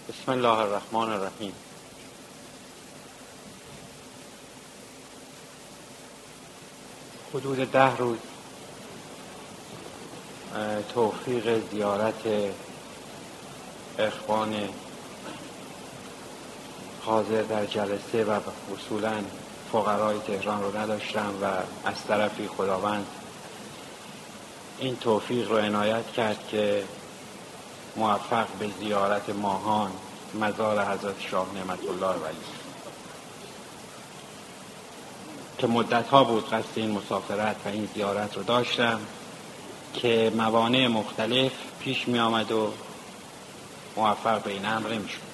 بسم الله الرحمن الرحیم. حدود 10 روز توفیق زیارت اخوان حاضر در جلسه و اصولاً فقرای تهران رو نداشتم و از طرفی خداوند این توفیق رو عنایت کرد که موفق به زیارت ماهان مزار حضرت شاه نعمت الله ولی که مدت‌ها بود قصد این مسافرت و این زیارت رو داشتم که موانع مختلف پیش می آمد و موفق به این امر نمی شد،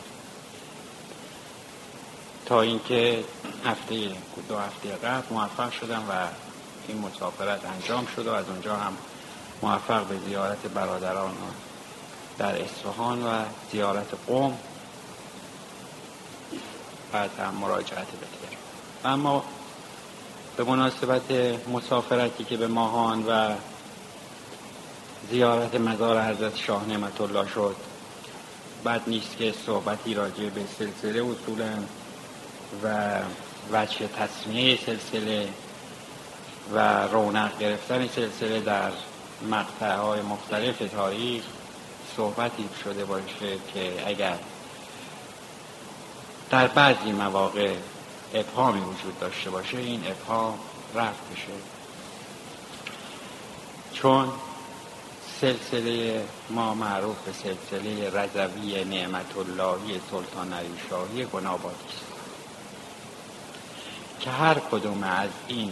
تا اینکه دو هفته قبل موفق شدم و این مسافرت انجام شد و از اونجا هم موفق به زیارت برادران در اصفهان و زیارت قم بعد هم مراجعت بکرد. اما به مناسبت مسافرتی که به ماهان و زیارت مزار حضرت شاه نعمت الله شد، بد نیست که صحبتی راجع به سلسله اصولاً و وجه تصمیه سلسله و رونق گرفتن سلسله در مقطع‌های مختلف تاریخ صحبتی شده باشه که اگر در بعضی مواقع ابهامی وجود داشته باشه این ابهام رفع بشه، چون سلسله ما معروف به سلسله رضوی نعمت اللهی سلطان علی شاهی گنابادی است که هر کدوم از این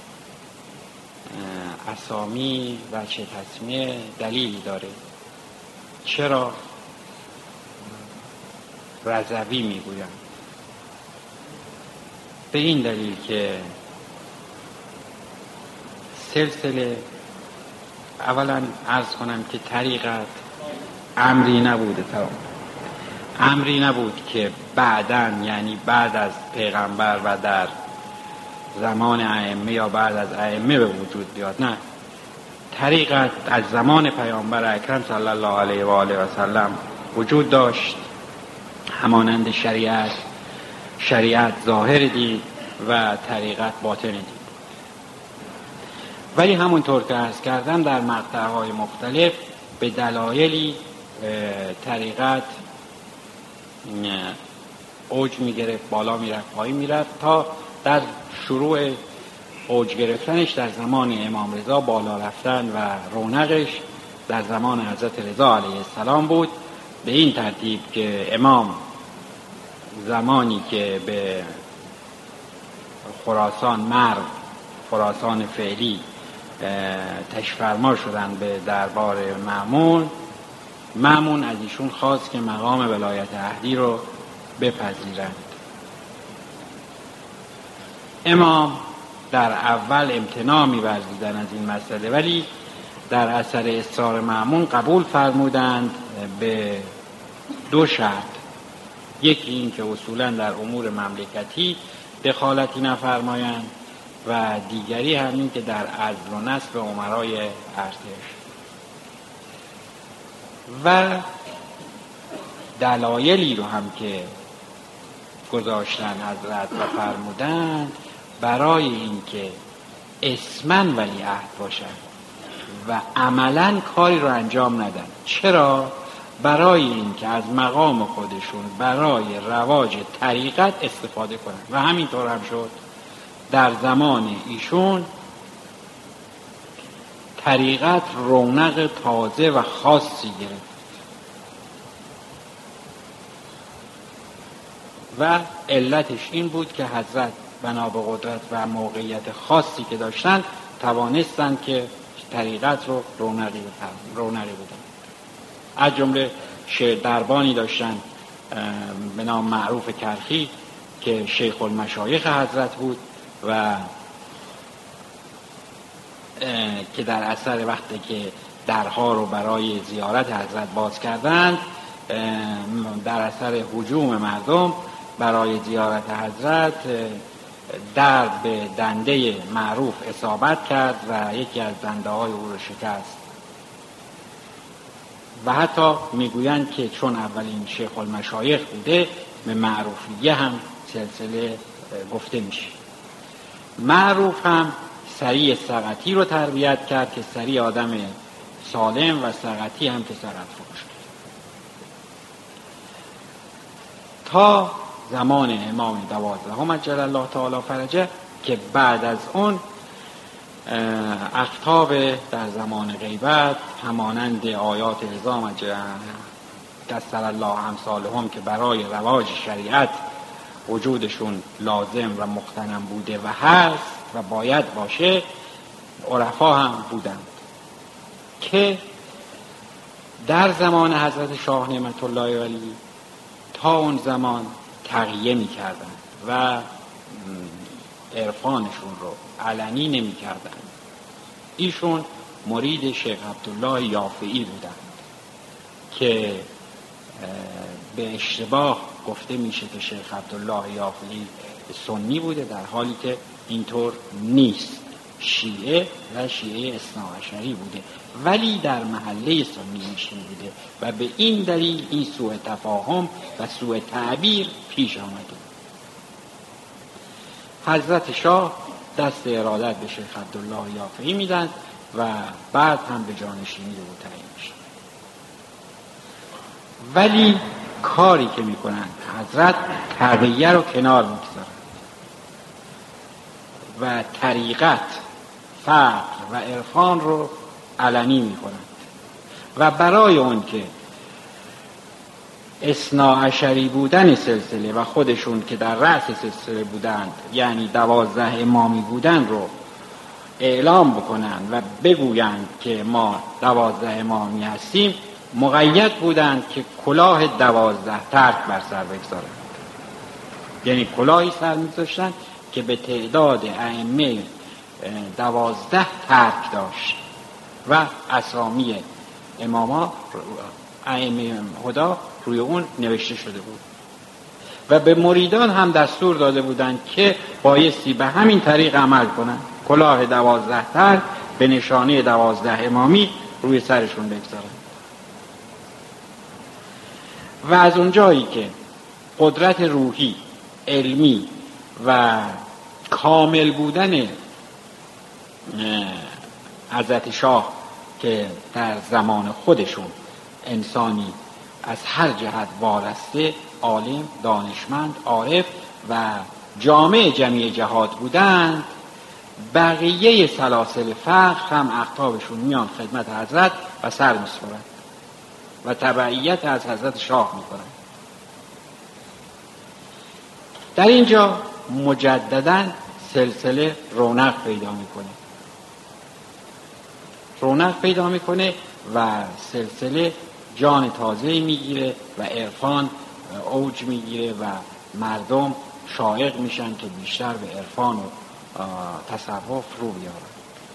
اسامی و چه تسمیه دلیلی داره. چرا رضوی میگویم؟ به این دلیل که سلسله اولا عرض کنم که طریقت امری نبود که بعداً، یعنی بعد از پیغمبر و در زمان ائمه یا بعد از ائمه به وجود بیاد. نه، طریقت از زمان پیامبر اکرم صلی الله علیه و آله و سلم وجود داشت، همانند شریعت ظاهر دید و طریقت باطن دید. ولی همونطور که عرض کردم در مقطع‌های مختلف به دلایلی طریقت اوج می‌گرفت، بالا می‌رفت، پایین می‌رفت، تا در شروع اوج گرفتنش در زمان امام رضا، بالا رفتن و رونقش در زمان حضرت رضا علیه السلام بود. به این ترتیب که امام زمانی که به خراسان فعلی تشریف فرما شدن به دربار مأمون از ایشون خواست که مقام ولایت عهدی رو بپذیرند. امام در اول امتناع می‌ورزیدن از این مسئله، ولی در اثر اصرار مأمون قبول فرمودند به 2 شرط. یکی این که اصولاً در امور مملکتی دخالتی نفرمایند و دیگری همین که در عزل و نصب امرای ارتش. و دلایلی رو هم که گذاشتن حضرت و فرمودند برای این که اسماً ولی عهد باشن و عملاً کاری رو انجام ندن. چرا؟ برای این که از مقام خودشون برای رواج طریقت استفاده کنن و همینطور هم شد. در زمان ایشون طریقت رونق تازه و خاصی گرفت و علتش این بود که حضرت بنا به قدرت و موقعیت خاصی که داشتن توانستند که طریقت رو رونقی بدن. از جمله دربانی داشتن به نام معروف کرخی که شیخ المشایخ حضرت بود و که در اثر وقتی که درها رو برای زیارت حضرت باز کردند، در اثر هجوم مردم برای زیارت حضرت در به دنده معروف اصابت کرد و یکی از دنده های او رو شکست و حتی میگویند که چون اولین شیخ المشایخ بوده به معروفیه هم سلسله گفته میشه. معروف هم سری سقطی رو تربیت کرد که سری آدم سالم و سقطی هم که سقط فروش کرد تا زمان امام 12 عجل الله تعالی فرجه، که بعد از اون اقطاب در زمان غیبت همانند آیات نظام کسر الله امثالهم که برای رواج شریعت وجودشون لازم و مقتنم بوده و هست و باید باشه، عرفا هم بودند که در زمان حضرت شاه نعمت الله ولی تا اون زمان تقیه می کردن و عرفانشون رو علنی نمی کردن. ایشون مرید شیخ عبدالله یافعی بودند که به اشتباه گفته میشه که شیخ عبدالله یافعی سنی بوده، در حالی که اینطور نیست. شیعه و شیعه اثناعشری بوده، ولی در محله سنی میشین بوده و به این دلیل این سوء تفاهم و سوء تعبیر پیش آمده. حضرت شاه دست ارادت به شیخ عبدالله یافعی میدن و بعد هم به جانشینی او تعیین میشه. ولی کاری که میکنن حضرت تقیه رو کنار میگذارن و طریقت، فقر و عرفان رو علنی میکنند و برای اون که اثناعشری بودن سلسله و خودشون که در رأس سلسله بودند، یعنی 12 امامی بودن رو اعلام بکنند و بگویند که ما 12 امامی هستیم، مقید بودند که کلاه 12 ترک بر سر بگذارند. یعنی کلاهی سر می‌گذاشتند که به تعداد ائمه 12 ترک داشت و اسامی اماما ائمه هدا روی اون نوشته شده بود و به مریدان هم دستور داده بودند که بایستی به همین طریق عمل کنند، کلاه 12 ترک به نشانه 12 امامی روی سرشون بگذارند. و از اونجایی که قدرت روحی، علمی و کامل بودن حضرت شاه که در زمان خودشون انسانی از هر جهت وارسته، عالم، دانشمند، عارف و جامع جمیع جهات بودند، بقیه سلاسل فقر هم اقطابشون میان خدمت حضرت و سر میسپرند و تبعیت از حضرت شاه میکنند. در اینجا مجدداً سلسله رونق پیدا میکنه و سلسله جان تازه میگیره و عرفان اوج میگیره و مردم شایق میشن که بیشتر به عرفان و تصوف رو بیارن.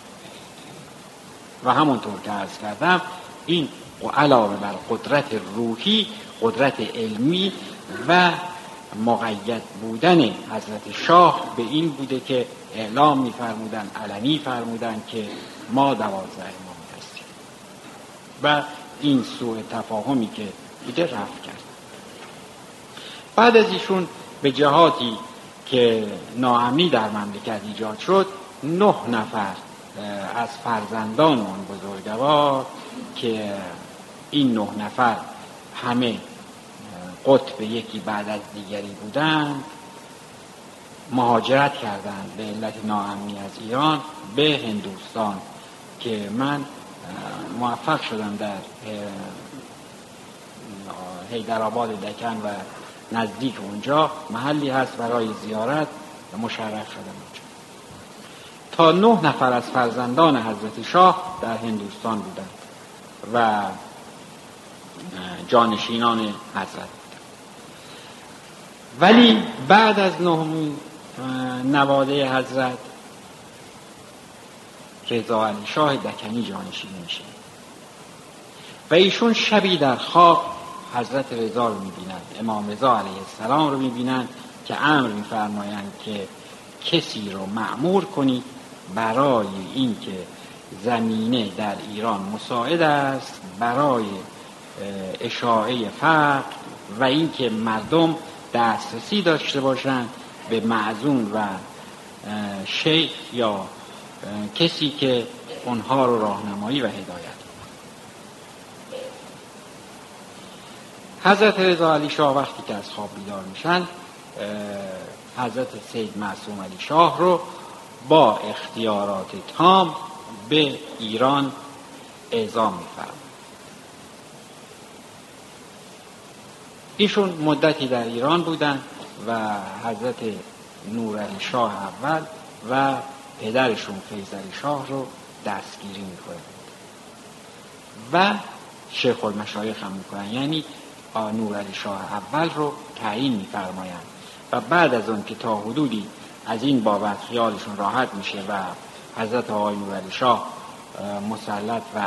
و همونطور که عرض کردم، این علاوه بر قدرت روحی، قدرت علمی و مقید بودن حضرت شاه به این بوده که اعلام می‌فرمودن، علنی فرمودن که ما 12 امام هستیم و این سوء تفاهمی که بوده رفع کرد. بعد از ایشون به جهاتی که ناامنی در مملکت ایجاد شد، 9 نفر از فرزندان اون بزرگوار که این 9 نفر همه قطب یکی بعد از دیگری بودند، مهاجرت کردند به علت ناامنی از ایران به هندوستان که من موفق شدم در حیدرآباد دکن و نزدیک اونجا محلی هست برای زیارت و مشرف شدم اونجا. تا 9 نفر از فرزندان حضرت شاه در هندوستان بودند و جانشینان حضرت. ولی بعد از 9 نواده حضرت، رضا علی شاه دکنی جانشین میشه و ایشون شبی در خواب حضرت رضا رو میبینند، امام رضا علیه السلام رو میبینند که امر میفرمایند که کسی رو مأمور کنید برای این که زمینه در ایران مساعد است برای اشاعه فقر و اینکه مردم دسترسی داشته باشند به معزون و شیخ یا کسی که اونها رو راهنمایی و هدایت. حضرت رضا علی شاه وقتی که از خواب بیدار میشن، حضرت سید معصوم علی شاه رو با اختیارات تام به ایران اعزام می‌فرمایند. ایشون مدتی در ایران بودند و حضرت نورعلی شاه اول و پدرشون فیض علی شاه رو دستگیری می‌کنند و شیخ المشایخ هم می‌کنند، یعنی نورعلی شاه اول رو تعیین می‌فرمایند و بعد از اون که تا حدودی از این بابت خیالشون راحت میشه و حضرت آقای نورعلی شاه مسلط و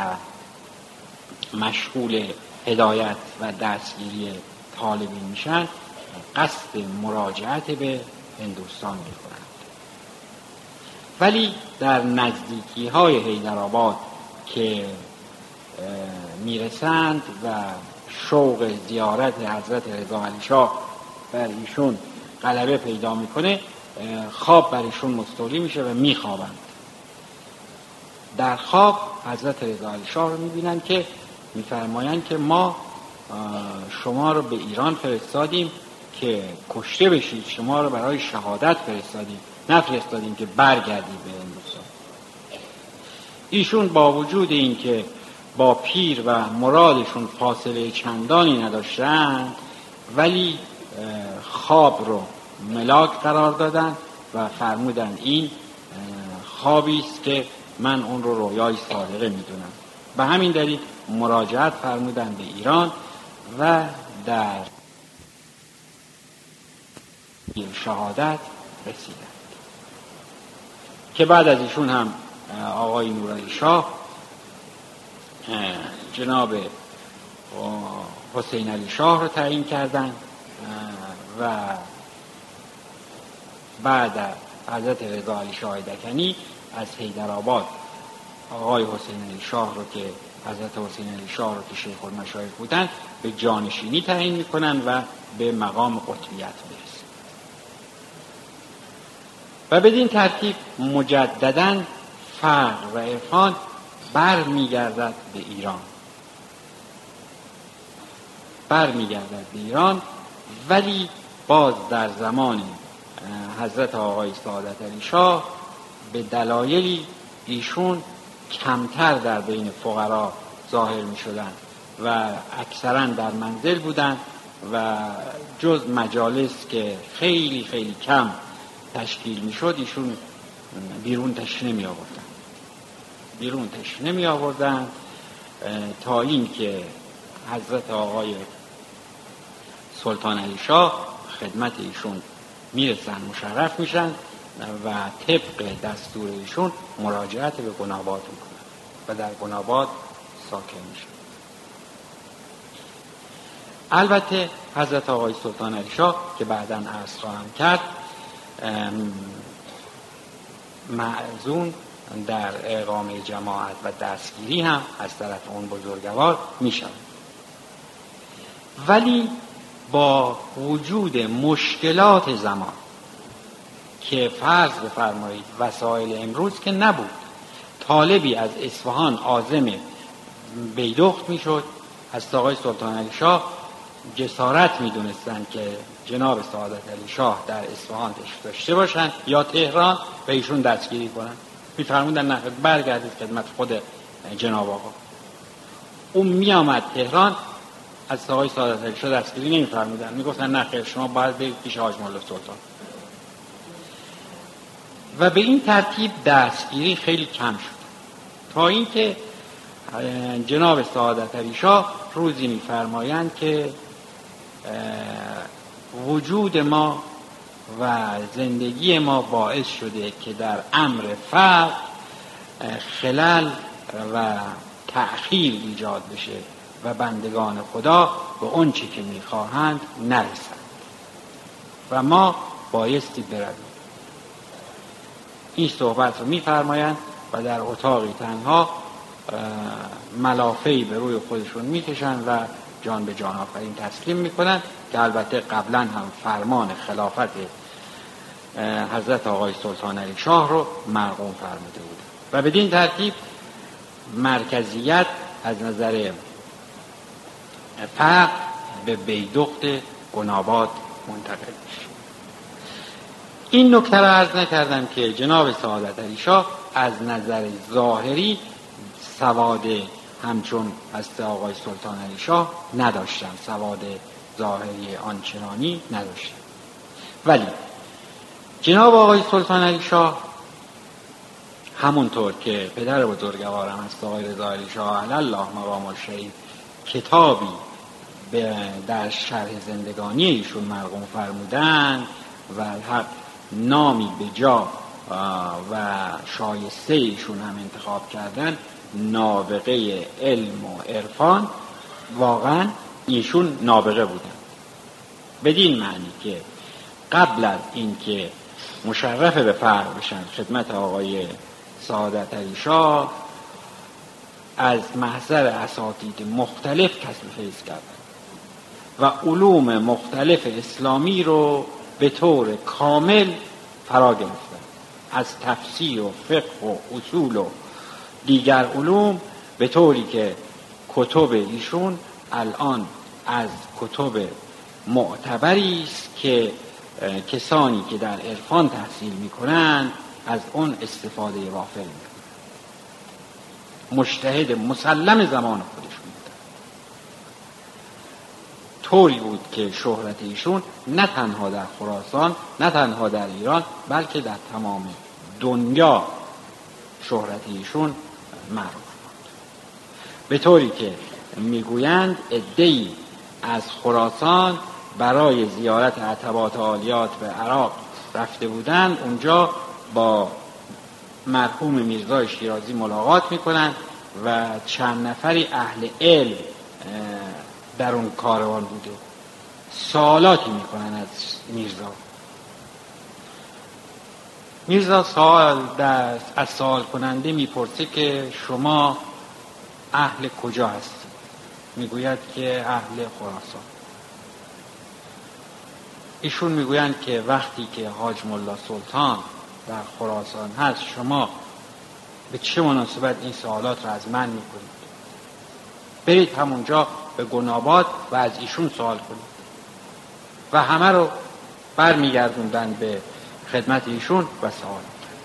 مشغول هدایت و دستگیری طالبین میشن، قصد مراجعت به هندوستان میکنند. ولی در نزدیکی های حیدرآباد که میرسند و شوق زیارت حضرت رضا علی شاه بر ایشون غلبه پیدا میکنه، خواب بر ایشون مستولی میشه و میخوابند. در خواب حضرت رضا علی شاه رو میبینند که میفرمایند که ما شما رو به ایران فرستادیم که کشته بشید، شما رو برای شهادت فرستادیم، نفرستادیم که برگردید به هندوستان. ایشون با وجود این که با پیر و مرادشون فاصله چندانی نداشتند، ولی خواب رو ملاک قرار دادن و فرمودن این خوابی است که من اون رو رویای صادقه میدونم. به همین دلیل مراجعت فرمودن به ایران و در شهادت رسیدند که بعد از ایشون هم آقای نورعلی شاه جناب حسین علی شاه رو تعیین کردند و بعد حضرت رضا علی شاه دکنی از حیدرآباد آقای حسین علی شاه رو که حضرت حسین علی شاه رو که شیخ المشایخ بودند به جانشینی تعیین میکنند و به مقام قطبیت میرسند و بدین ترتیب مجدداً فقر و عرفان بر میگردد به ایران، ولی باز در زمان حضرت آقای سعادت علی شاه به دلایلی ایشون کمتر در بین فقرا ظاهر می شدن و اکثرا در منزل بودن و جز مجالس که خیلی خیلی کم تشکیل می شد ایشون بیرون تشریف نمی آوردن تا این که حضرت آقای سلطان علی شاه خدمت ایشون میرسن، مشرف میشن و طبق دستور ایشون مراجعت به گناباد میکنن و در گناباد ساکن میشن. البته حضرت آقای سلطان علی شاه که بعداً عرض خواهم کرد معزون در اقامه جماعت و دستگیری هم از طرف اون بزرگوار میشن، ولی با وجود مشکلات زمان که فرض بفرمایید وسایل امروز که نبود، طالبی از اصفهان عازم بیدخت میشد، از آقای سلطان علی شاه جسارت میدونستند که جناب سعادت علی شاه در اصفهان تشریف داشته باشند یا تهران و ایشون دستگیری کنند. میفرمودن نه، برگردید خدمت خود جناب آقا. اون میامد تهران، از آقای سعادت علی شاه دستگیری نمیفرمودن، میگفتن نه خیر، شما باید برید پیش حاج مولا سلطان. و به این ترتیب دستگیری خیلی کم شد تا اینکه جناب سعادت علی شاه روزی میفرمایند که وجود ما و زندگی ما باعث شده که در امر فقر خلل و تأخیر ایجاد بشه و بندگان خدا به اون چی که میخواهند نرسند و ما بایستی برویم. این صحبت رو میفرمایند و در اتاقی تنها ملافه‌ای به روی خودشون میکشن و جان به جان آفرین تسلیم میکنن که البته قبلا هم فرمان خلافت حضرت آقای سلطان علی شاه رو مرقوم فرموده بود و بدین ترتیب مرکزیت از نظر فقر به بیدخت گناباد منتقل میشه. این نکته را عرض نکردم که جناب سعادت علی شاه از نظر ظاهری سواد همچون هست آقای سلطان علی شاه نداشتن، سواد ظاهری آنچنانی نداشتن، ولی جناب آقای سلطان علی شاه همونطور که پدر بزرگوارم هست آقای رضا علی شاه علی الله مقام الشریف کتابی در شرح زندگانی ایشون مرقوم فرمودن و الحق نامی به جا و شایسته ایشون هم انتخاب کردن، نابغه علم و عرفان. واقعا ایشون نابغه بودن بدین معنی که قبل از اینکه مشرف به فرق بشن خدمت آقای سعادت علی شاه از محضر اساتید مختلف کسب فیض کردن و علوم مختلف اسلامی رو به طور کامل فرا گرفتن، از تفسیر و فقه و اصول و دیگر علوم، به طوری که کتب ایشون الان از کتب معتبری است که کسانی که در عرفان تحصیل میکنند از اون استفاده وافر میکنند. مجتهد مسلم زمان خودشون بودن. طوری بود که شهرت ایشون نه تنها در خراسان، نه تنها در ایران، بلکه در تمام دنیا شهرت ایشون معروف بود، به طوری که میگویند عده‌ای از خراسان برای زیارت عتبات عالیات به عراق رفته بودند، اونجا با مرحوم میرزا شیرازی ملاقات میکنند و چند نفری اهل علم در اون کاروان بوده، سوالاتی میکنن از میرزا از سوال کننده میپرسه که شما اهل کجا هستید؟ میگوید که اهل خراسان. ایشون میگویند که وقتی که حاج ملا سلطان در خراسان هست شما به چه مناسبت این سوالات را از من میکنید؟ برید همونجا به گناباد و از ایشون سوال کنید. و همه رو برمیگردوندن به خدمت ایشون و سوال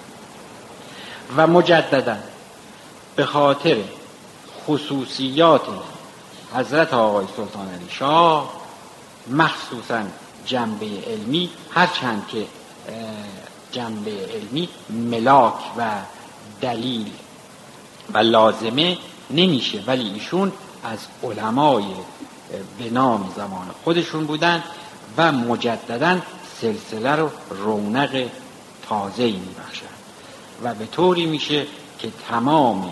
و مجددا به خاطر خصوصیات حضرت آقای سلطان علی شاه، مخصوصا جنبه علمی، هرچند که جنبه علمی ملاک و دلیل و لازمه نمیشه، ولی ایشون از علمای به نام زمان خودشون بودن و مجددا سلسله رو رونق تازه‌ای میبخشن و به طوری میشه که تمام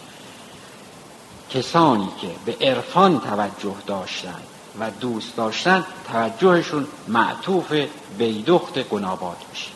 کسانی که به عرفان توجه داشتن و دوست داشتن توجهشون معطوف بیدخت گناباد میشه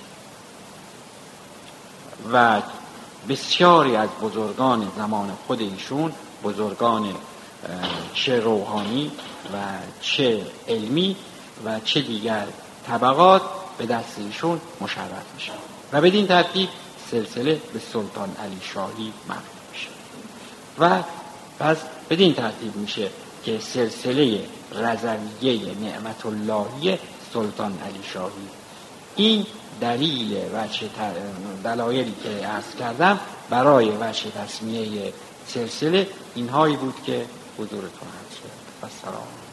و بسیاری از بزرگان زمان خود ایشون، بزرگان چه روحانی و چه علمی و چه دیگر طبقات، به دست ایشون مشرف میشه و بدین ترتیب سلسله به سلطان علی شاهی معروف میشه و پس بدین ترتیب میشه که سلسله رضویه نعمت اللهی سلطان علی شاهی. این دلایلی که عرض کردم برای وجه تسمیه سلسله اینهایی بود که حضورتون عرض کرد. السلام.